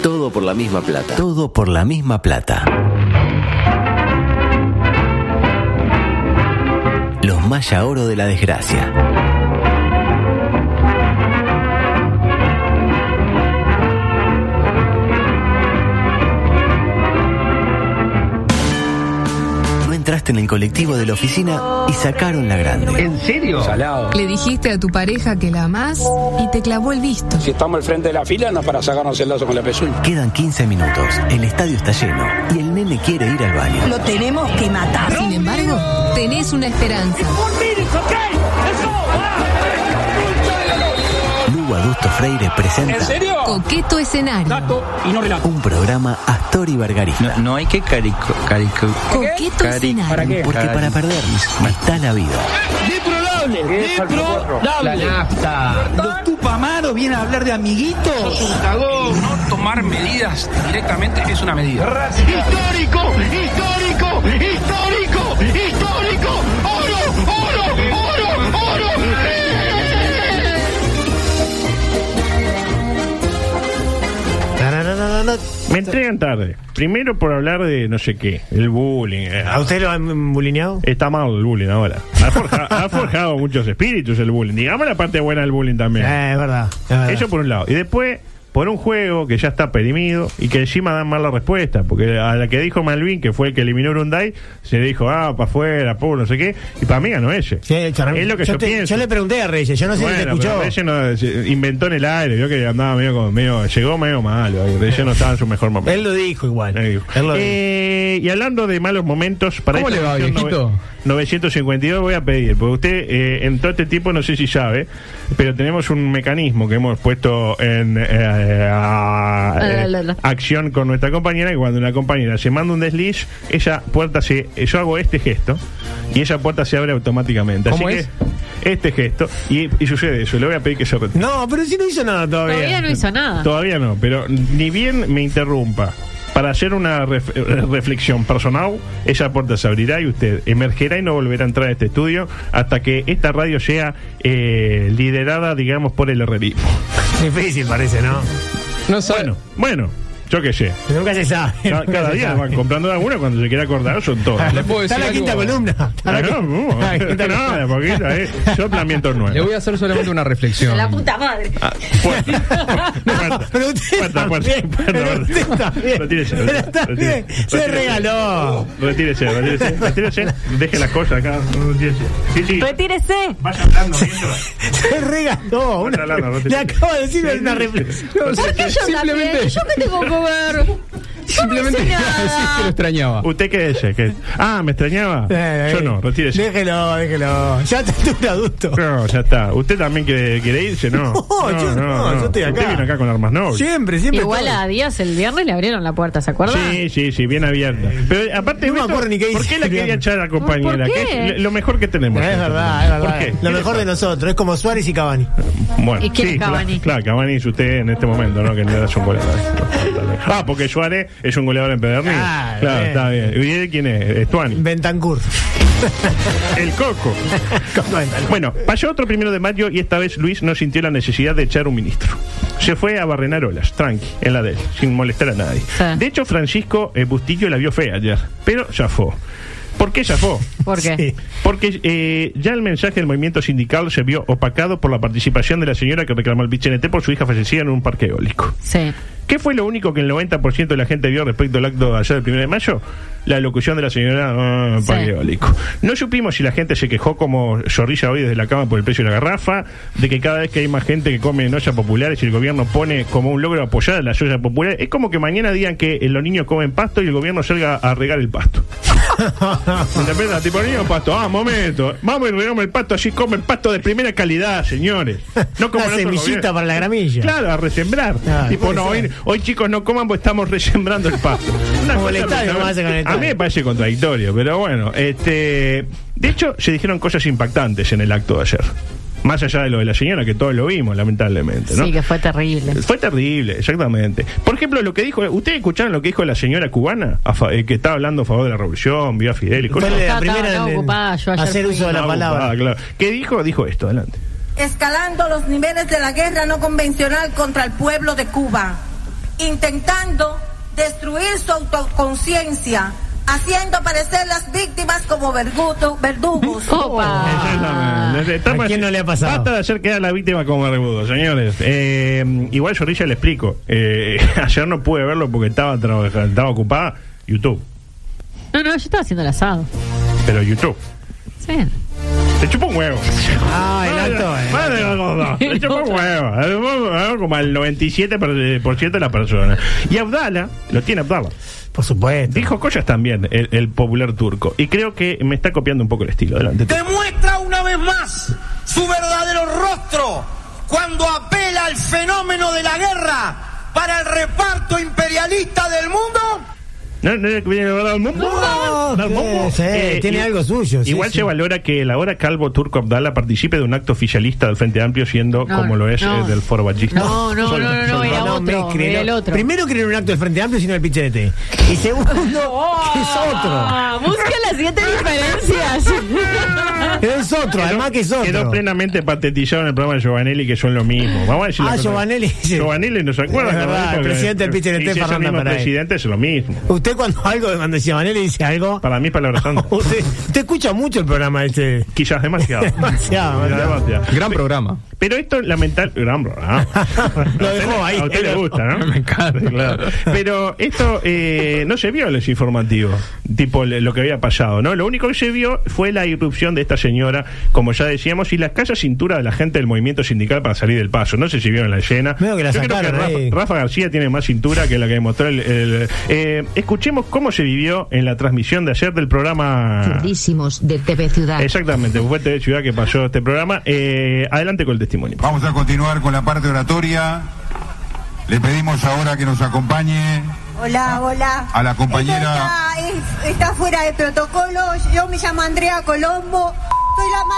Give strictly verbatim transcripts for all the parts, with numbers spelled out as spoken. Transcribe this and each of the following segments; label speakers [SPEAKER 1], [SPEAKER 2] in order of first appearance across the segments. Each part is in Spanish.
[SPEAKER 1] Todo por la misma plata.
[SPEAKER 2] Todo por la misma plata. Los Maya Oro de la desgracia. Entraste en el colectivo de la oficina y sacaron la grande.
[SPEAKER 3] ¿En serio?
[SPEAKER 4] Salado.
[SPEAKER 5] Le dijiste a tu pareja que la amás y te clavó el visto.
[SPEAKER 4] Si estamos al frente de la fila, no es para sacarnos el lazo con la pezuña.
[SPEAKER 2] Quedan quince minutos, el estadio está lleno y el nene quiere ir al baño.
[SPEAKER 6] Lo tenemos que matar.
[SPEAKER 5] Sin embargo, tenés una esperanza.
[SPEAKER 2] Lugo Adusto Freire presenta
[SPEAKER 4] ¿En serio?
[SPEAKER 5] Coqueto Escenario.
[SPEAKER 4] Dato y no relato.
[SPEAKER 2] un programa Astor y Bargarista.
[SPEAKER 7] No, no hay que carico... carico
[SPEAKER 5] Coqueto
[SPEAKER 7] cari-
[SPEAKER 5] Escenario.
[SPEAKER 4] ¿Para qué?
[SPEAKER 2] Porque para perder está la vida.
[SPEAKER 3] La nafta.
[SPEAKER 8] Los Tupamaros vienen a hablar de amiguitos.
[SPEAKER 4] No tomar medidas directamente es una medida.
[SPEAKER 3] ¡Histórico! ¡Histórico! ¡Histórico! ¡Histórico! ¡Oro! ¡Oro! ¡Oro! ¡Oro!
[SPEAKER 9] Me entregan tarde. Primero por hablar de no sé qué, el bullying.
[SPEAKER 10] ¿A usted lo han bulineado?
[SPEAKER 9] Está mal el bullying ahora. Ha forjado, ha forjado muchos espíritus el bullying. Digamos la parte buena del bullying también.
[SPEAKER 10] Eh, es verdad, es verdad.
[SPEAKER 9] Eso por un lado. Y después, por un juego que ya está perimido y que encima dan mal la respuesta. Porque a la que dijo Malvin, que fue el que eliminó Urunday, se le dijo, ah, para afuera, puro, no sé qué. Y para mí ganó ese.
[SPEAKER 10] Sí, Charram,
[SPEAKER 9] es lo que yo,
[SPEAKER 10] yo, te,
[SPEAKER 9] pienso.
[SPEAKER 10] yo le pregunté a Reyes, yo no sé
[SPEAKER 9] Bueno,
[SPEAKER 10] si te escuchó.
[SPEAKER 9] pero Reyes no, se inventó en el aire, vio que andaba medio como medio, llegó medio malo, Reyes no estaba en su mejor momento.
[SPEAKER 10] Él lo dijo igual.
[SPEAKER 9] Él dijo.
[SPEAKER 10] Él lo
[SPEAKER 9] Eh, y hablando de malos momentos, para
[SPEAKER 7] ¿Cómo
[SPEAKER 9] esta
[SPEAKER 7] le va,
[SPEAKER 9] edición
[SPEAKER 7] viejito?
[SPEAKER 9] nove- novecientos cincuenta y dos voy a pedir, porque usted eh, en todo este tiempo no sé si sabe, pero tenemos un mecanismo que hemos puesto en eh, a- eh,
[SPEAKER 11] La, la, la.
[SPEAKER 9] acción con nuestra compañera, que cuando una compañera se manda un desliz, esa puerta se, yo hago este gesto y esa puerta se abre automáticamente.
[SPEAKER 7] ¿Cómo
[SPEAKER 9] Así
[SPEAKER 7] es?
[SPEAKER 9] que este gesto y, y sucede eso. Le voy a pedir que se retire.
[SPEAKER 10] No, pero si no hizo nada todavía.
[SPEAKER 11] Todavía no hizo nada.
[SPEAKER 9] Todavía no, pero ni bien me interrumpa para hacer una ref- reflexión personal, esa puerta se abrirá y usted emergerá y no volverá a entrar a este estudio hasta que esta radio sea eh, liderada, digamos, por el herrerismo.
[SPEAKER 10] Difícil parece, ¿no?
[SPEAKER 7] No sabe.
[SPEAKER 9] Bueno, bueno, yo qué sé.
[SPEAKER 10] Nunca se sabe.
[SPEAKER 9] Cada,
[SPEAKER 10] nunca
[SPEAKER 9] cada
[SPEAKER 10] se
[SPEAKER 9] día
[SPEAKER 10] sabe.
[SPEAKER 9] van comprando alguna, cuando se quiera acordar son todas.
[SPEAKER 7] Le puedo
[SPEAKER 10] Está
[SPEAKER 7] decir
[SPEAKER 10] la quinta
[SPEAKER 7] algo.
[SPEAKER 10] columna. Está la
[SPEAKER 9] Ah, no,
[SPEAKER 10] quinta-
[SPEAKER 9] no,
[SPEAKER 10] la quinta
[SPEAKER 9] no,
[SPEAKER 10] columna.
[SPEAKER 9] de poquito, eh. Soplamientos
[SPEAKER 7] Le
[SPEAKER 9] nuevos.
[SPEAKER 7] voy a hacer solamente una reflexión.
[SPEAKER 11] La puta madre.
[SPEAKER 9] Ah, puerta. Puerta.
[SPEAKER 10] Pero usted
[SPEAKER 9] Puerta, puerta,
[SPEAKER 10] también,
[SPEAKER 9] puerta,
[SPEAKER 10] pero
[SPEAKER 9] puerta.
[SPEAKER 10] usted también.
[SPEAKER 9] Retírese,
[SPEAKER 10] Pero está
[SPEAKER 9] retírese,
[SPEAKER 10] bien, se
[SPEAKER 9] retírese.
[SPEAKER 10] regaló.
[SPEAKER 9] Retírese, retírese, retírese. Deje las cosas acá. Retírese. Sí, sí.
[SPEAKER 11] Retírese.
[SPEAKER 9] Vaya hablando, mientras.
[SPEAKER 10] Se regaló. Una-
[SPEAKER 9] Está hablando, no te-
[SPEAKER 10] le acabo de decir
[SPEAKER 9] Sí,
[SPEAKER 10] una
[SPEAKER 9] sí,
[SPEAKER 10] reflexión.
[SPEAKER 11] ¿Por qué yo
[SPEAKER 7] Simplemente-
[SPEAKER 11] también? ¿Yo qué tengo que ver?
[SPEAKER 7] Simplemente
[SPEAKER 11] hice
[SPEAKER 7] iba a
[SPEAKER 11] nada.
[SPEAKER 7] decir que lo extrañaba.
[SPEAKER 9] ¿Usted qué es? ¿Qué? Ah, ¿me extrañaba?
[SPEAKER 10] Eh,
[SPEAKER 9] Yo no, retírese.
[SPEAKER 10] Déjelo, déjelo. Ya está un adulto.
[SPEAKER 9] No, ya está. ¿Usted también quiere, quiere irse? No.
[SPEAKER 10] No, yo no, yo estoy acá.
[SPEAKER 9] Usted vino acá con armas nobles.
[SPEAKER 10] Siempre, siempre.
[SPEAKER 11] Igual
[SPEAKER 10] estoy.
[SPEAKER 11] a Díaz el viernes le abrieron la puerta, ¿se acuerda?
[SPEAKER 9] Sí, sí, sí, bien abierta. Pero aparte,
[SPEAKER 10] No me
[SPEAKER 9] Beto,
[SPEAKER 10] acuerdo ni qué
[SPEAKER 9] ¿por
[SPEAKER 10] hice.
[SPEAKER 9] qué la quería echar a la compañera?
[SPEAKER 11] ¿Por qué?
[SPEAKER 9] Que es lo mejor que tenemos.
[SPEAKER 10] Es verdad, es
[SPEAKER 9] ¿Por
[SPEAKER 10] verdad.
[SPEAKER 9] qué?
[SPEAKER 10] Lo
[SPEAKER 9] ¿Qué
[SPEAKER 10] mejor
[SPEAKER 9] le
[SPEAKER 10] de nosotros. Es como Suárez y Cavani.
[SPEAKER 9] Bueno,
[SPEAKER 11] ¿Y quién
[SPEAKER 9] sí,
[SPEAKER 11] es Cavani?
[SPEAKER 9] Claro, claro, Cavani es usted en este momento, ¿no? Que no es un goleador. Ah, porque Suárez es un goleador empedernido.
[SPEAKER 10] Ah,
[SPEAKER 9] claro,
[SPEAKER 10] bien.
[SPEAKER 9] está bien. ¿Y él quién es? Estuani.
[SPEAKER 10] Bentancur.
[SPEAKER 9] El Coco. Bueno, pasó otro primero de mayo y esta vez Luis no sintió la necesidad de echar un ministro. Se fue a barrenar olas, tranqui, en la de él, sin molestar a nadie.
[SPEAKER 11] Sí.
[SPEAKER 9] De hecho, Francisco eh, Bustillo la vio fea ayer, pero zafó. ¿Por qué zafó?
[SPEAKER 11] ¿Por qué?
[SPEAKER 10] Sí.
[SPEAKER 9] Porque eh, ya el mensaje del movimiento sindical se vio opacado por la participación de la señora que reclamó el P N T por su hija fallecida en un parque eólico.
[SPEAKER 11] Sí.
[SPEAKER 9] ¿Qué fue lo único que el noventa por ciento de la gente vio respecto al acto de ayer del primero de mayo? La locución de la señora ah, parque
[SPEAKER 11] Sí.
[SPEAKER 9] eólico. No supimos si la gente se quejó como zorrilla hoy desde la cama por el precio de la garrafa, de que cada vez que hay más gente que come en ollas populares y el gobierno pone como un logro apoyar a las ollas populares. Es como que mañana digan que eh, los niños comen pasto y el gobierno salga a regar el pasto. ¿Me interpreta? Tipo, niños pasto. Ah, momento. Vamos y regamos el pasto, así comen pasto de primera calidad, señores. No como
[SPEAKER 10] Una
[SPEAKER 9] en otro
[SPEAKER 10] semillita
[SPEAKER 9] gobierno.
[SPEAKER 10] para la gramilla.
[SPEAKER 9] Claro, a resembrar.
[SPEAKER 10] Ah,
[SPEAKER 9] tipo,
[SPEAKER 10] puede
[SPEAKER 9] no,
[SPEAKER 10] ser.
[SPEAKER 9] hoy, hoy chicos no coman porque estamos resembrando el pasto. Una
[SPEAKER 10] Como el
[SPEAKER 9] cosa
[SPEAKER 10] estadio,
[SPEAKER 9] absolutamente-
[SPEAKER 10] ¿cómo hace con el
[SPEAKER 9] A
[SPEAKER 10] estadio?
[SPEAKER 9] mí me parece contradictorio, pero bueno, este, de hecho se dijeron cosas impactantes en el acto de ayer. Más allá de lo de la señora, que todos lo vimos, lamentablemente, ¿no?
[SPEAKER 11] Sí, que fue terrible.
[SPEAKER 9] Fue terrible, exactamente. Por ejemplo, lo que dijo, ¿ustedes escucharon lo que dijo la señora cubana? A fa- eh, que estaba hablando a favor de la revolución, vio a Fidel y cosas.
[SPEAKER 10] Fue la
[SPEAKER 11] Estaba-
[SPEAKER 10] primera
[SPEAKER 11] estaba
[SPEAKER 10] en- en
[SPEAKER 11] ocupada, yo ayer
[SPEAKER 10] hacer
[SPEAKER 11] fui.
[SPEAKER 10] uso de la
[SPEAKER 9] Estaba
[SPEAKER 10] palabra.
[SPEAKER 9] ocupada, claro. ¿Qué dijo? Dijo esto, adelante.
[SPEAKER 6] Escalando los niveles de la guerra no convencional contra el pueblo de Cuba.
[SPEAKER 1] intentando destruir su autoconciencia, haciendo parecer las víctimas como verguto- verdugos.
[SPEAKER 9] ¿A quién no le ha pasado? Basta de hacer quedar a la víctima como vergudo, señores. Eh, igual Zorrilla le explico. Eh, ayer no pude verlo porque estaba trabajando, estaba ocupada. YouTube.
[SPEAKER 11] No, no, yo estaba haciendo el asado.
[SPEAKER 9] Pero YouTube.
[SPEAKER 11] Sí.
[SPEAKER 9] Te chupó un huevo.
[SPEAKER 10] Ah, el alto.
[SPEAKER 9] Madre de los dos. Te chupó un huevo. Como al noventa y siete por ciento de la persona. Y Abdala, lo tiene Abdala.
[SPEAKER 10] Por supuesto.
[SPEAKER 9] Dijo cosas también, el, el popular turco. Y creo que me está copiando un poco el estilo. Adelante.
[SPEAKER 6] Demuestra una vez más su verdadero rostro cuando apela al fenómeno de la guerra para el reparto imperialista del mundo.
[SPEAKER 9] No, no, no, no, no,
[SPEAKER 10] No,
[SPEAKER 9] no,
[SPEAKER 10] que- sí,
[SPEAKER 9] Eh,
[SPEAKER 10] tiene
[SPEAKER 9] y-
[SPEAKER 10] algo suyo. sí,
[SPEAKER 9] Igual
[SPEAKER 10] sí.
[SPEAKER 9] se valora que el ahora calvo turco Abdala participe de un acto oficialista del Frente Amplio, siendo
[SPEAKER 11] No,
[SPEAKER 9] como lo es
[SPEAKER 11] no.
[SPEAKER 9] eh, del Foro Ballista.
[SPEAKER 11] No, no, no, no, no, era
[SPEAKER 10] No,
[SPEAKER 11] otro,
[SPEAKER 10] Mecre,
[SPEAKER 11] era
[SPEAKER 10] no.
[SPEAKER 11] el otro.
[SPEAKER 10] Primero que no era un acto del Frente Amplio, sino el Pichinete. Y segundo, que es otro.
[SPEAKER 11] Ah, busca las siete diferencias.
[SPEAKER 10] Es otro, además que es
[SPEAKER 9] Quedó
[SPEAKER 10] otro.
[SPEAKER 9] plenamente patetizado en el programa de Giovanelli, que son lo mismo. Vamos a decir
[SPEAKER 10] Ah,
[SPEAKER 9] la cosa.
[SPEAKER 10] Giovanelli.
[SPEAKER 9] Giovanelli, ¿no se acuerda?
[SPEAKER 10] Es verdad, el presidente del Pichinete,
[SPEAKER 9] Si es el
[SPEAKER 10] Fernando
[SPEAKER 9] mismo
[SPEAKER 10] Pereira.
[SPEAKER 9] presidente, es lo mismo.
[SPEAKER 10] Usted cuando algo, cuando Giovanelli dice algo,
[SPEAKER 9] Para mí, palabra santa.
[SPEAKER 10] usted, usted escucha mucho el programa este.
[SPEAKER 9] Quizás demasiado.
[SPEAKER 10] Demasiado,
[SPEAKER 9] Quizás
[SPEAKER 10] demasiado.
[SPEAKER 9] demasiado.
[SPEAKER 7] Gran programa.
[SPEAKER 9] Pero esto, lamentable. Gran programa.
[SPEAKER 10] Lo dejó ahí.
[SPEAKER 9] A usted le gusta, ¿no?
[SPEAKER 7] Me encanta.
[SPEAKER 9] Claro. Pero esto eh, no se vio en los informativos, tipo le- lo que había pasado, ¿no? Lo único que se vio fue la irrupción de esta señora, como ya decíamos, y la escasa cintura de la gente del movimiento sindical para salir del paso. No sé si vieron la escena.
[SPEAKER 10] Veo que la
[SPEAKER 9] Yo creo que
[SPEAKER 10] sacaron
[SPEAKER 9] Rafa,
[SPEAKER 10] ahí.
[SPEAKER 9] Rafa García tiene más cintura que la que demostró el... el- eh, escuchemos cómo se vivió en la transmisión de ayer del programa...
[SPEAKER 12] Zurdísimos de T V Ciudad.
[SPEAKER 9] Exactamente, fue T V Ciudad que pasó este programa. Eh, adelante con el testimonio.
[SPEAKER 13] Vamos a continuar con la parte oratoria. Le pedimos ahora que nos acompañe
[SPEAKER 1] Hola, hola.
[SPEAKER 13] a la compañera.
[SPEAKER 1] Esto está, es- está fuera de protocolo. Yo me llamo Andrea Colombo. Soy la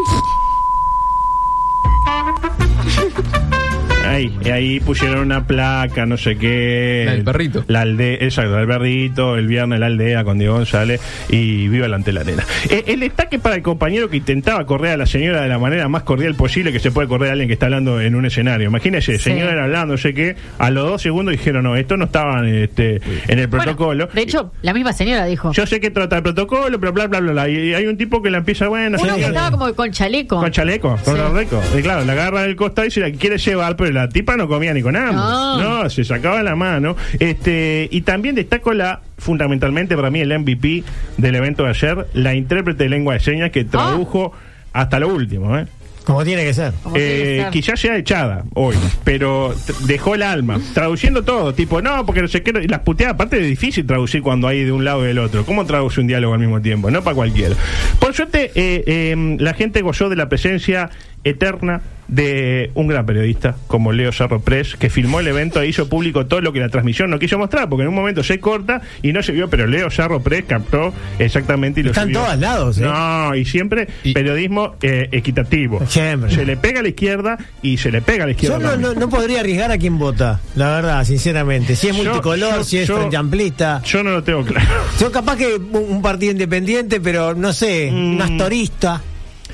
[SPEAKER 1] madre.
[SPEAKER 9] Ahí, y ahí pusieron una placa, no sé qué.
[SPEAKER 7] La del perrito.
[SPEAKER 9] La aldea, exacto, el perrito, el viernes la aldea con Diego González y viva la antelarena. Eh, el destaque para el compañero que intentaba correr a la señora de la manera más cordial posible que se puede correr a alguien que está hablando en un escenario. Imagínese,
[SPEAKER 11] Sí.
[SPEAKER 9] señora hablando, no sé qué, a los dos segundos dijeron, no, esto no estaba este, en el protocolo.
[SPEAKER 11] Bueno, de hecho, la misma señora dijo.
[SPEAKER 9] Yo sé que trata el protocolo, pero bla, bla, bla, bla. Y hay un tipo que la empieza, bueno,
[SPEAKER 11] Uno que
[SPEAKER 9] señora,
[SPEAKER 11] estaba como con chaleco.
[SPEAKER 9] con chaleco, con
[SPEAKER 11] Sí.
[SPEAKER 9] chaleco. Y claro, la agarra del costado y se la quiere llevar, pero la tipa no comía ni con hambre.
[SPEAKER 11] No.
[SPEAKER 9] No, se sacaba la mano. Este, y también destaco la, fundamentalmente para mí, el M V P del evento de ayer, la intérprete de lengua de señas que tradujo hasta lo último, ¿eh?
[SPEAKER 10] Como tiene que ser.
[SPEAKER 11] Como tiene que
[SPEAKER 9] Eh,
[SPEAKER 11] ser.
[SPEAKER 9] quizás sea echada hoy, pero t- dejó el alma, traduciendo todo, tipo, no, porque no sé qué, y las puteadas, aparte es difícil traducir cuando hay de un lado y del otro. ¿Cómo traduce un diálogo al mismo tiempo? No para cualquiera. Por suerte, eh, eh, la gente gozó de la presencia eterna de un gran periodista como Leo Cerro Press, que filmó el evento e hizo público todo lo que la transmisión no quiso mostrar, porque en un momento se corta y no se vio, pero Leo Cerro Press captó exactamente y lo
[SPEAKER 10] Están
[SPEAKER 9] subió.
[SPEAKER 10] todos lados, ¿eh?
[SPEAKER 9] No, y siempre periodismo eh, equitativo.
[SPEAKER 10] Siempre.
[SPEAKER 9] Se le pega a la izquierda y se le pega a la izquierda.
[SPEAKER 10] Yo no,
[SPEAKER 9] también.
[SPEAKER 10] no, no podría arriesgar a quien vota, la verdad, sinceramente. Si es
[SPEAKER 9] Yo-
[SPEAKER 10] multicolor,
[SPEAKER 9] yo-
[SPEAKER 10] si es
[SPEAKER 9] yo-
[SPEAKER 10] frente amplista.
[SPEAKER 9] Yo no lo tengo claro.
[SPEAKER 10] Yo capaz que un un partido independiente, pero no sé,
[SPEAKER 9] Mm.
[SPEAKER 10] un astorista.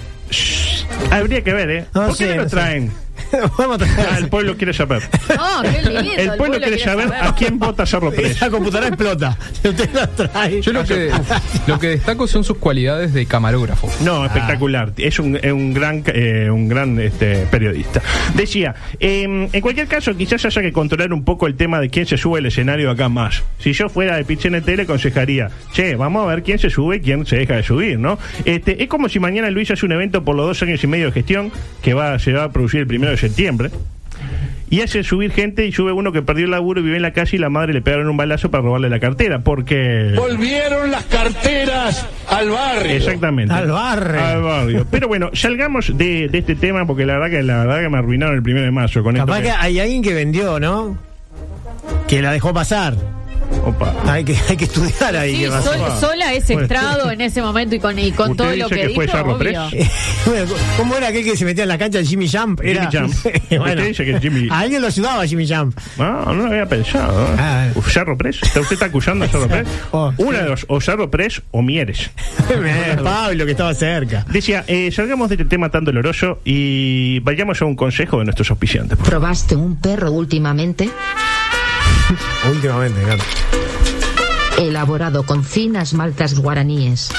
[SPEAKER 9] Habría que ver, ¿eh?
[SPEAKER 10] No
[SPEAKER 9] ¿Por
[SPEAKER 10] sé,
[SPEAKER 9] qué no lo
[SPEAKER 10] no sé.
[SPEAKER 9] traen?
[SPEAKER 10] Vamos a traer-
[SPEAKER 9] Ah, el pueblo quiere saber.
[SPEAKER 11] No, qué lindo.
[SPEAKER 9] El pueblo quiere saber a quién vota Cerro Press.
[SPEAKER 10] La computadora explota. Si usted la trae.
[SPEAKER 7] Yo lo que, lo que destaco son sus cualidades de camarógrafo.
[SPEAKER 9] No, espectacular. Es un, es un gran, eh, un gran este, periodista. Decía, eh, en cualquier caso, quizás haya que controlar un poco el tema de quién se sube al escenario acá más. Si yo fuera de P H N T, le aconsejaría, che, vamos a ver quién se sube y quién se deja de subir, ¿no? Este, es como si mañana Luis hace un evento por los dos años y medio de gestión, que va, se va a producir el primero de septiembre. Y hace subir gente y sube uno que perdió el laburo y vive en la calle y la madre le pegaron un balazo para robarle la cartera, porque...
[SPEAKER 3] Volvieron las carteras al barrio.
[SPEAKER 9] Exactamente.
[SPEAKER 10] Al barrio.
[SPEAKER 9] Al barrio. Pero bueno, salgamos de, de este tema porque la verdad que la verdad que me arruinaron el primero de marzo con
[SPEAKER 10] Capaz
[SPEAKER 9] esto.
[SPEAKER 10] que hay alguien que vendió, ¿no? Que la dejó pasar.
[SPEAKER 9] Opa.
[SPEAKER 10] Hay que, hay que estudiar ahí.
[SPEAKER 11] Sí,
[SPEAKER 10] qué pasó.
[SPEAKER 11] sol- sola ese estrado en ese momento y con, y con
[SPEAKER 9] ¿Usted
[SPEAKER 11] todo lo
[SPEAKER 9] dice
[SPEAKER 11] que,
[SPEAKER 9] que
[SPEAKER 11] dijo,
[SPEAKER 9] fue Jarro
[SPEAKER 11] obvio.
[SPEAKER 10] Bueno, ¿cómo era aquel que se metía en la cancha de Jimmy Jump? Era...
[SPEAKER 9] Jimmy Jump.
[SPEAKER 10] Bueno,
[SPEAKER 9] Usted dice que Jimmy-
[SPEAKER 10] a alguien lo ayudaba Jimmy Jump.
[SPEAKER 9] No, no lo había pensado. ¿eh?
[SPEAKER 10] Ah.
[SPEAKER 9] Uf, Cerro Press. ¿Está usted está acusando a Cerro Press?
[SPEAKER 10] Oh,
[SPEAKER 9] Una de dos, o Cerro Press o Mieres.
[SPEAKER 10] Pablo, que estaba cerca.
[SPEAKER 9] Decía, eh, salgamos de este tema tan doloroso y vayamos a un consejo de nuestros auspiciantes.
[SPEAKER 12] ¿Probaste un perro últimamente?
[SPEAKER 10] Últimamente, claro.
[SPEAKER 12] Elaborado con finas maltas guaraníes.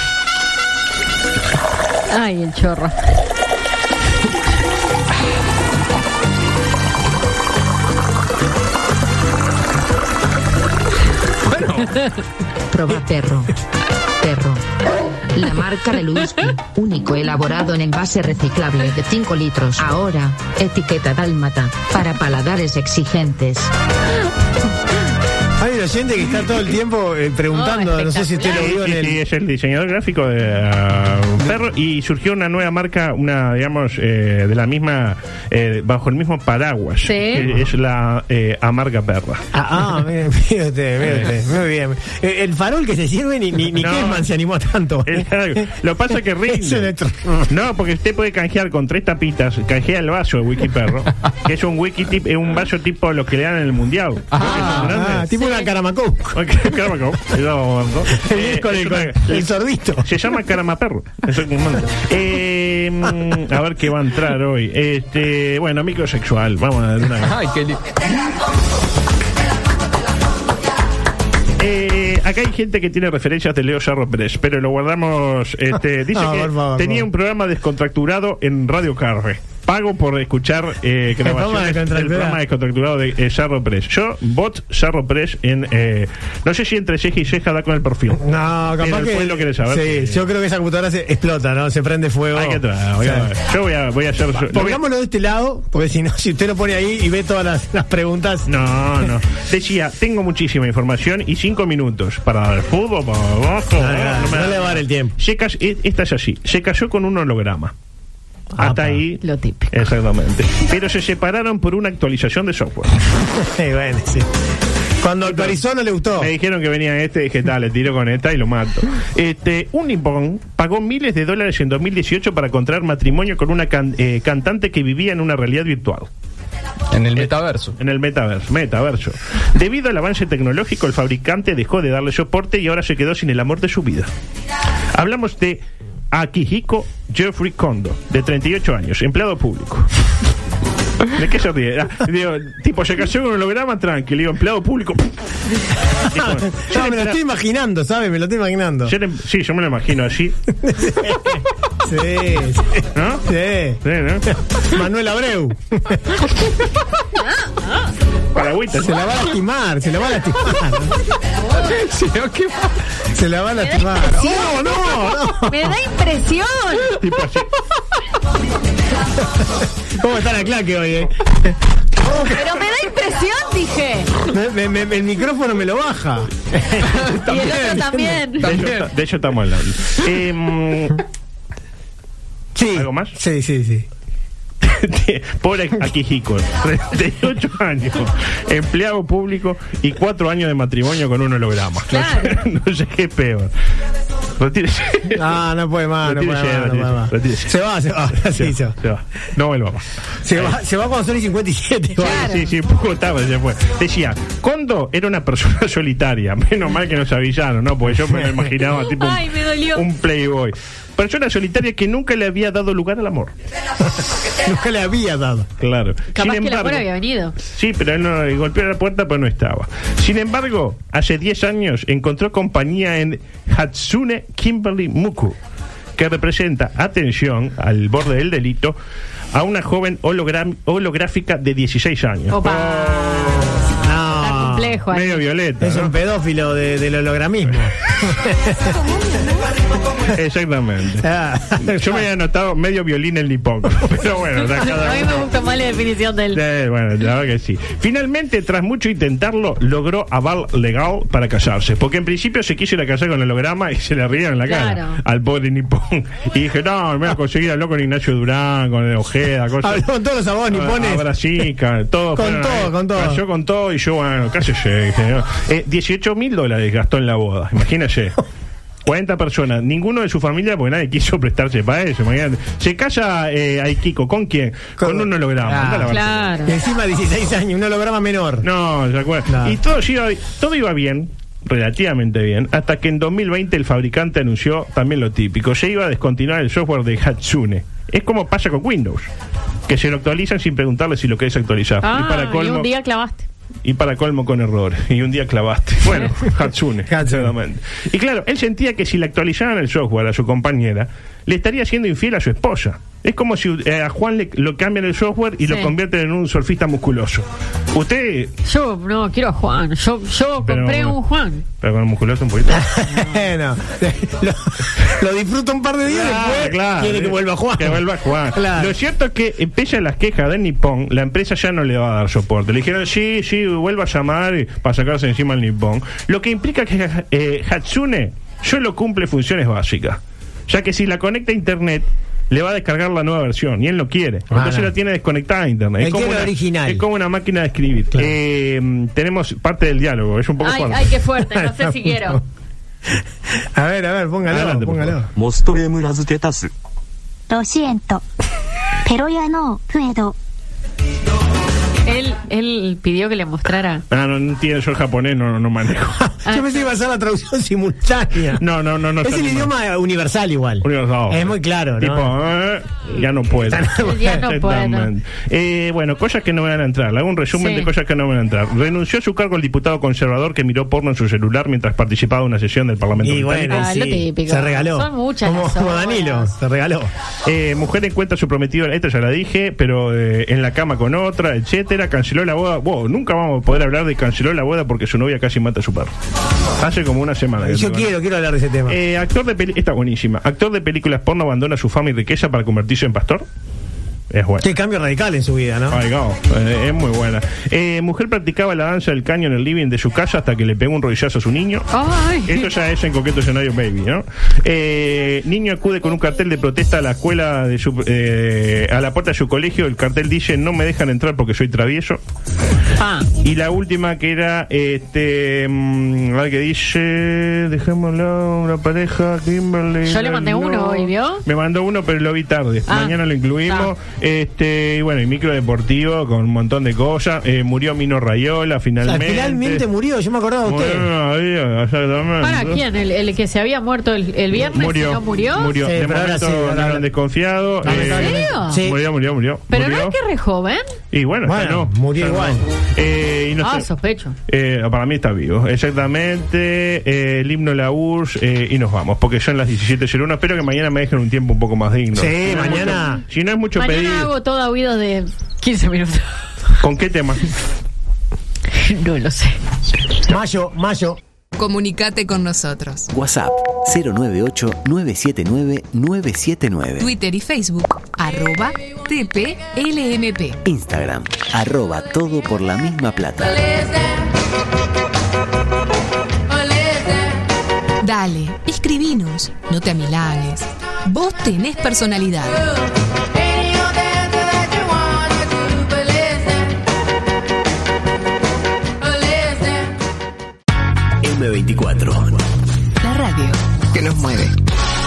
[SPEAKER 11] Ay, el chorro.
[SPEAKER 12] Proba perro. Perro. La marca del whisky, único elaborado en envase reciclable de cinco litros. Ahora, etiqueta dálmata, para paladares exigentes.
[SPEAKER 10] Hay un oyente que está todo el tiempo eh, preguntando,
[SPEAKER 11] Oh,
[SPEAKER 10] no sé si usted lo vio
[SPEAKER 9] Sí,
[SPEAKER 10] en el...
[SPEAKER 9] sí, es el diseñador gráfico de uh, Perro y surgió una nueva marca, una digamos eh, de la misma, eh, bajo el mismo paraguas.
[SPEAKER 11] Sí.
[SPEAKER 9] Que es la eh, Amarga Perra.
[SPEAKER 10] Ah, ah, mire, mire usted, mire usted, muy bien. Eh, El farol que se sirve ni, ni, ni
[SPEAKER 9] No.
[SPEAKER 10] Kesman se animó tanto.
[SPEAKER 9] El- Lo pasa que
[SPEAKER 10] Es
[SPEAKER 9] rinde.
[SPEAKER 10] electro-
[SPEAKER 9] No, porque usted puede canjear con tres tapitas, canjea el vaso de Wiki Perro, que es un wiki tip, es un vaso tipo lo que le dan en el mundial.
[SPEAKER 10] Ah, ah, tipo una Caramacou.
[SPEAKER 9] Caramaco. Eh,
[SPEAKER 10] Con
[SPEAKER 9] es
[SPEAKER 10] el,
[SPEAKER 9] una-
[SPEAKER 10] con el sordito.
[SPEAKER 9] Se llama Caramaperro. Eso es un nombre. Eh, mm, a ver qué va a entrar hoy. Este, bueno, microsexual. Vamos a dar una.
[SPEAKER 7] Ay, qué li-
[SPEAKER 9] Eh, acá hay gente que tiene referencias de Leo Sarro Pérez, pero lo guardamos. Este, dice
[SPEAKER 10] No,
[SPEAKER 9] que
[SPEAKER 10] por favor,
[SPEAKER 9] tenía
[SPEAKER 10] por
[SPEAKER 9] un programa descontracturado en Radio Carve. Pago por escuchar eh,
[SPEAKER 10] programa
[SPEAKER 9] grabaciones del
[SPEAKER 10] descontracturado.
[SPEAKER 9] programa descontracturado de eh, Sarro Pérez. Yo, bot Sarro Pérez en. Eh, no sé si entre ceja y ceja da con el perfil.
[SPEAKER 10] No,
[SPEAKER 9] Pero
[SPEAKER 10] capaz que...
[SPEAKER 9] después lo querés saber.
[SPEAKER 10] Sí, yo creo que esa computadora se explota, ¿no? Se prende fuego.
[SPEAKER 9] Hay que traer, voy a
[SPEAKER 10] Sí.
[SPEAKER 9] ver. Yo voy a, voy a hacer. lo voy a-
[SPEAKER 10] Pongámoslo de este lado, porque si no, si usted lo pone ahí y ve todas las, las preguntas...
[SPEAKER 9] No, no. Decía, tengo muchísima información y cinco minutos para el fútbol, para abajo.
[SPEAKER 10] No, no, no le va a dar el tiempo.
[SPEAKER 9] Se cas- e- esta es así. Se casó con un holograma. Hasta
[SPEAKER 10] Apa.
[SPEAKER 9] ahí.
[SPEAKER 11] Lo típico.
[SPEAKER 9] Exactamente. Pero se separaron por una actualización de software.
[SPEAKER 10] Sí, bueno, sí. Cuando actualizó no le gustó.
[SPEAKER 9] Me dijeron que venía este, dije, tal, le tiro con esta y lo mato. Este, un nipón pagó miles de dólares en dos mil dieciocho para contraer matrimonio con una can- eh, cantante que vivía en una realidad virtual.
[SPEAKER 7] En el metaverso.
[SPEAKER 9] En el metaverso, metaverso. Debido al avance tecnológico, el fabricante dejó de darle soporte y ahora se quedó sin el amor de su vida. Hablamos de Akihiko Jeffrey Kondo, de treinta y ocho años, empleado público. ¿De qué se ríe? Ah, digo, tipo, se casó con un holograma, tranquilo, digo, empleado público. Dijo, yo
[SPEAKER 10] No,
[SPEAKER 9] le
[SPEAKER 10] me lo
[SPEAKER 9] espera-
[SPEAKER 10] estoy imaginando, ¿sabe? Me lo estoy imaginando.
[SPEAKER 9] yo le- sí, yo me lo imagino así.
[SPEAKER 10] Sí, sí.
[SPEAKER 9] ¿No?
[SPEAKER 10] Sí.
[SPEAKER 9] Sí, ¿no?
[SPEAKER 10] Manuel Abreu.
[SPEAKER 9] Paragüita.
[SPEAKER 10] Se la va a lastimar, se la va a lastimar.
[SPEAKER 7] Sí, ¿qué va?
[SPEAKER 10] Se la va a lastimar.
[SPEAKER 11] impresión.
[SPEAKER 10] No, no, no.
[SPEAKER 11] Me da impresión.
[SPEAKER 9] Tipo así.
[SPEAKER 10] ¿Cómo está la claque hoy, eh?
[SPEAKER 11] Pero me da impresión, dije.
[SPEAKER 10] Me- me- me- el micrófono me lo baja.
[SPEAKER 11] Y el otro también.
[SPEAKER 9] De hecho, de hecho estamos hablando. Eh,
[SPEAKER 10] Sí.
[SPEAKER 9] ¿Algo más?
[SPEAKER 10] Sí, sí, sí.
[SPEAKER 9] Pobre Akihiko, treinta y ocho años, empleado público y cuatro años de matrimonio con un holograma.
[SPEAKER 11] Claro.
[SPEAKER 9] No sé, no sé qué es peor. Retírese.
[SPEAKER 10] No, no puede más, no puede
[SPEAKER 9] Retírese,
[SPEAKER 10] más, no puede más.
[SPEAKER 9] retírese.
[SPEAKER 10] Se va, se va. Sí, se va.
[SPEAKER 9] Se va. No vuelva más.
[SPEAKER 10] Se va, se va cuando son y cincuenta y siete.
[SPEAKER 11] Claro.
[SPEAKER 9] Sí, sí, poco tarde se fue. Decía, Kondo era una persona solitaria. Menos mal que nos avisaron, ¿no? Porque yo me lo imaginaba tipo un,
[SPEAKER 11] Ay, me dolió.
[SPEAKER 9] un playboy. Persona solitaria que nunca le había dado lugar al amor.
[SPEAKER 10] Nunca le había dado.
[SPEAKER 9] Claro.
[SPEAKER 11] Capaz
[SPEAKER 9] Sin
[SPEAKER 11] que la
[SPEAKER 9] embargo,
[SPEAKER 11] fuera había venido.
[SPEAKER 9] sí, pero él no golpeó la puerta, pues no estaba. Sin embargo, hace diez años encontró compañía en Hatsune Kimberly Muku, que representa, atención, al borde del delito, a una joven hologram- holográfica de dieciséis años.
[SPEAKER 11] Opa. Está
[SPEAKER 10] No.
[SPEAKER 11] complejo ahí.
[SPEAKER 9] Medio violeta.
[SPEAKER 10] Es
[SPEAKER 9] ¿no?
[SPEAKER 10] un pedófilo de- del hologramismo.
[SPEAKER 9] Exactamente.
[SPEAKER 10] Ah,
[SPEAKER 9] Yo me había anotado medio violín el nipón. Pero bueno, ya cada
[SPEAKER 11] A mí
[SPEAKER 9] uno-
[SPEAKER 11] me gusta más la definición del.
[SPEAKER 9] Eh, bueno, la verdad que sí. Finalmente, tras mucho intentarlo, logró aval legal para casarse. Porque en principio se quiso ir a casar con el holograma y se le rieron en la cara
[SPEAKER 11] Claro.
[SPEAKER 9] al pobre nipón. Y dije, no, me voy a conseguir hablar con Ignacio Durán, con Ojeda, cosas.
[SPEAKER 10] Habló con todos los abogados nipones.
[SPEAKER 9] Ahora sí, ca- todo.
[SPEAKER 10] Con
[SPEAKER 9] fueron
[SPEAKER 10] todo,
[SPEAKER 9] ahí.
[SPEAKER 10] con todo.
[SPEAKER 9] Cayó con todo y yo, bueno, cállese. Dije, ¿no? eh, dieciocho mil dólares gastó en la boda, imagínese. cuarenta personas, ninguno de su familia, porque nadie quiso prestarse para eso. Imagínate. Se casa eh, Aikiko, ¿con quién? Con,
[SPEAKER 10] Con-
[SPEAKER 9] un holograma.
[SPEAKER 10] Ah,
[SPEAKER 9] Anda a la
[SPEAKER 11] Claro.
[SPEAKER 10] Y encima dieciséis años, un holograma menor.
[SPEAKER 9] no, ¿se acuerdan?
[SPEAKER 10] No.
[SPEAKER 9] Y todo iba, todo iba bien, relativamente bien, hasta que en dos mil veinte el fabricante anunció también lo típico. Se iba a descontinuar el software de Hatsune. Es como pasa con Windows, que se lo actualizan sin preguntarle si lo querés actualizar.
[SPEAKER 11] Ah,
[SPEAKER 9] y para
[SPEAKER 11] y
[SPEAKER 9] colmo,
[SPEAKER 11] un día clavaste.
[SPEAKER 9] y para colmo con errores. Y un día clavaste. Bueno, Hatsune. Hatsune. Y claro, él sentía que si le actualizaran el software a su compañera, le estaría siendo infiel a su esposa. Es como si eh, a Juan le lo cambian el software y sí. lo convierten en un surfista musculoso. Usted...
[SPEAKER 11] Yo no quiero a Juan. Yo, yo
[SPEAKER 9] pero,
[SPEAKER 11] compré un Juan.
[SPEAKER 9] Pero con el musculoso un poquito.
[SPEAKER 10] no. lo, lo disfruta un par de días
[SPEAKER 9] claro,
[SPEAKER 10] después
[SPEAKER 9] claro,
[SPEAKER 10] quiere que vuelva Juan.
[SPEAKER 9] Que vuelva Juan.
[SPEAKER 10] Claro.
[SPEAKER 9] Lo cierto es que, pese a las quejas de Nippon, la empresa ya no le va a dar soporte. Le dijeron, sí, sí, vuelva a llamar para sacarse encima al Nippon. Lo que implica que eh, Hatsune solo cumple funciones básicas. Ya que si la conecta a internet, le va a descargar la nueva versión y él no quiere. Ah, Entonces no. la tiene desconectada a internet. Es como, una,
[SPEAKER 10] original.
[SPEAKER 9] es como una máquina de escribir. Claro. Eh, tenemos parte del diálogo, es un poco
[SPEAKER 11] ay,
[SPEAKER 9] fuerte.
[SPEAKER 11] Ay, qué fuerte, no sé si quiero.
[SPEAKER 10] A ver, a ver, póngalo, Adelante, póngalo.
[SPEAKER 14] モストレムラズテタス。
[SPEAKER 15] Lo siento, pero ya no puedo.
[SPEAKER 11] Él, él pidió que le mostrara.
[SPEAKER 9] Ah, no, no entiendo, yo el japonés no, no manejo.
[SPEAKER 10] Yo pensé que iba a ser la traducción simultánea.
[SPEAKER 9] No, no, no. no
[SPEAKER 10] es el idioma mal. universal igual.
[SPEAKER 9] Universal.
[SPEAKER 10] Es muy claro, ¿no?
[SPEAKER 9] Tipo, eh, ya no puedo.
[SPEAKER 11] Ya no puedo.
[SPEAKER 9] Eh, bueno, cosas que no me van a entrar. Le hago un resumen sí. de cosas que no me van a entrar. Renunció a su cargo el diputado conservador que miró porno en su celular mientras participaba de una sesión del Parlamento
[SPEAKER 10] y
[SPEAKER 9] británico.
[SPEAKER 10] Bueno, sí.
[SPEAKER 11] ah, lo típico.
[SPEAKER 10] Se regaló.
[SPEAKER 11] Son muchas.
[SPEAKER 10] Como, como Danilo, se regaló.
[SPEAKER 9] Eh, mujer encuentra a su prometido, esta ya la dije, pero eh, en la cama con otra, etcétera. Canceló la boda. Wow, nunca vamos a poder hablar de canceló la boda porque su novia casi mata a su perro. Hace como una semana.
[SPEAKER 10] Yo quiero, ¿no? quiero hablar de ese tema.
[SPEAKER 9] Eh, actor de peli Está buenísima. Actor de películas porno abandona su fama y riqueza para convertirse en pastor. Es bueno.
[SPEAKER 10] Qué cambio radical en su vida, ¿no?
[SPEAKER 9] Ay, no, eh, es muy buena. Eh, mujer practicaba la danza del caño en el living de su casa hasta que le pegó un rodillazo a su niño.
[SPEAKER 11] Ay.
[SPEAKER 9] Esto ya es en coqueto escenario baby, ¿no? Eh, niño acude con un cartel de protesta a la escuela de su, eh, a la puerta de su colegio. El cartel dice: no me dejan entrar porque soy travieso.
[SPEAKER 11] Ah.
[SPEAKER 9] Y la última que era este mmm, a ver qué dice, dejémoslo, una pareja, Kimberly.
[SPEAKER 11] Yo le mandé no. uno hoy, ¿vio?
[SPEAKER 9] Me mandó uno, pero lo vi tarde. Ah. Mañana lo incluimos. Ah. Este, y bueno, y micro deportivo con un montón de cosas. Eh, murió Mino Raiola finalmente.
[SPEAKER 10] O sea, finalmente murió, yo me acordaba de usted.
[SPEAKER 9] Bueno, exactamente.
[SPEAKER 11] ¿Para quién? ¿El, el que se había muerto el, el viernes?
[SPEAKER 9] Murió.
[SPEAKER 11] ¿No murió?
[SPEAKER 9] Murió.
[SPEAKER 10] Sí,
[SPEAKER 9] de
[SPEAKER 10] momento
[SPEAKER 9] sí,
[SPEAKER 10] no
[SPEAKER 9] han desconfiado.
[SPEAKER 11] ¿En
[SPEAKER 9] eh,
[SPEAKER 11] serio?
[SPEAKER 10] Sí.
[SPEAKER 9] Murió, murió, murió.
[SPEAKER 11] Pero
[SPEAKER 9] murió.
[SPEAKER 11] no es que re joven.
[SPEAKER 9] Y bueno,
[SPEAKER 10] bueno
[SPEAKER 9] no,
[SPEAKER 10] murió igual.
[SPEAKER 9] No. Eh, y no
[SPEAKER 11] ah,
[SPEAKER 9] sé,
[SPEAKER 11] sospecho.
[SPEAKER 9] Eh, para mí está vivo. Exactamente. Eh, el himno la U R S S eh, y nos vamos. Porque son las diecisiete cero uno. Espero que mañana me dejen un tiempo un poco más digno.
[SPEAKER 10] Sí,
[SPEAKER 9] si no
[SPEAKER 10] mañana.
[SPEAKER 9] Mucho, si no es mucho
[SPEAKER 11] mañana
[SPEAKER 9] pedir.
[SPEAKER 11] hago todo a oído de quince minutos.
[SPEAKER 9] ¿Con qué tema?
[SPEAKER 11] No lo sé.
[SPEAKER 10] Mayo, mayo.
[SPEAKER 5] Comunicate con nosotros.
[SPEAKER 2] WhatsApp cero nueve ocho nueve siete nueve nueve siete nueve.
[SPEAKER 5] Twitter y Facebook arroba T P L M P.
[SPEAKER 2] Instagram arroba todo por la misma plata.
[SPEAKER 5] Dale, escribinos, no te amilanes. Vos tenés personalidad.
[SPEAKER 2] M veinticuatro.
[SPEAKER 5] La radio que nos mueve.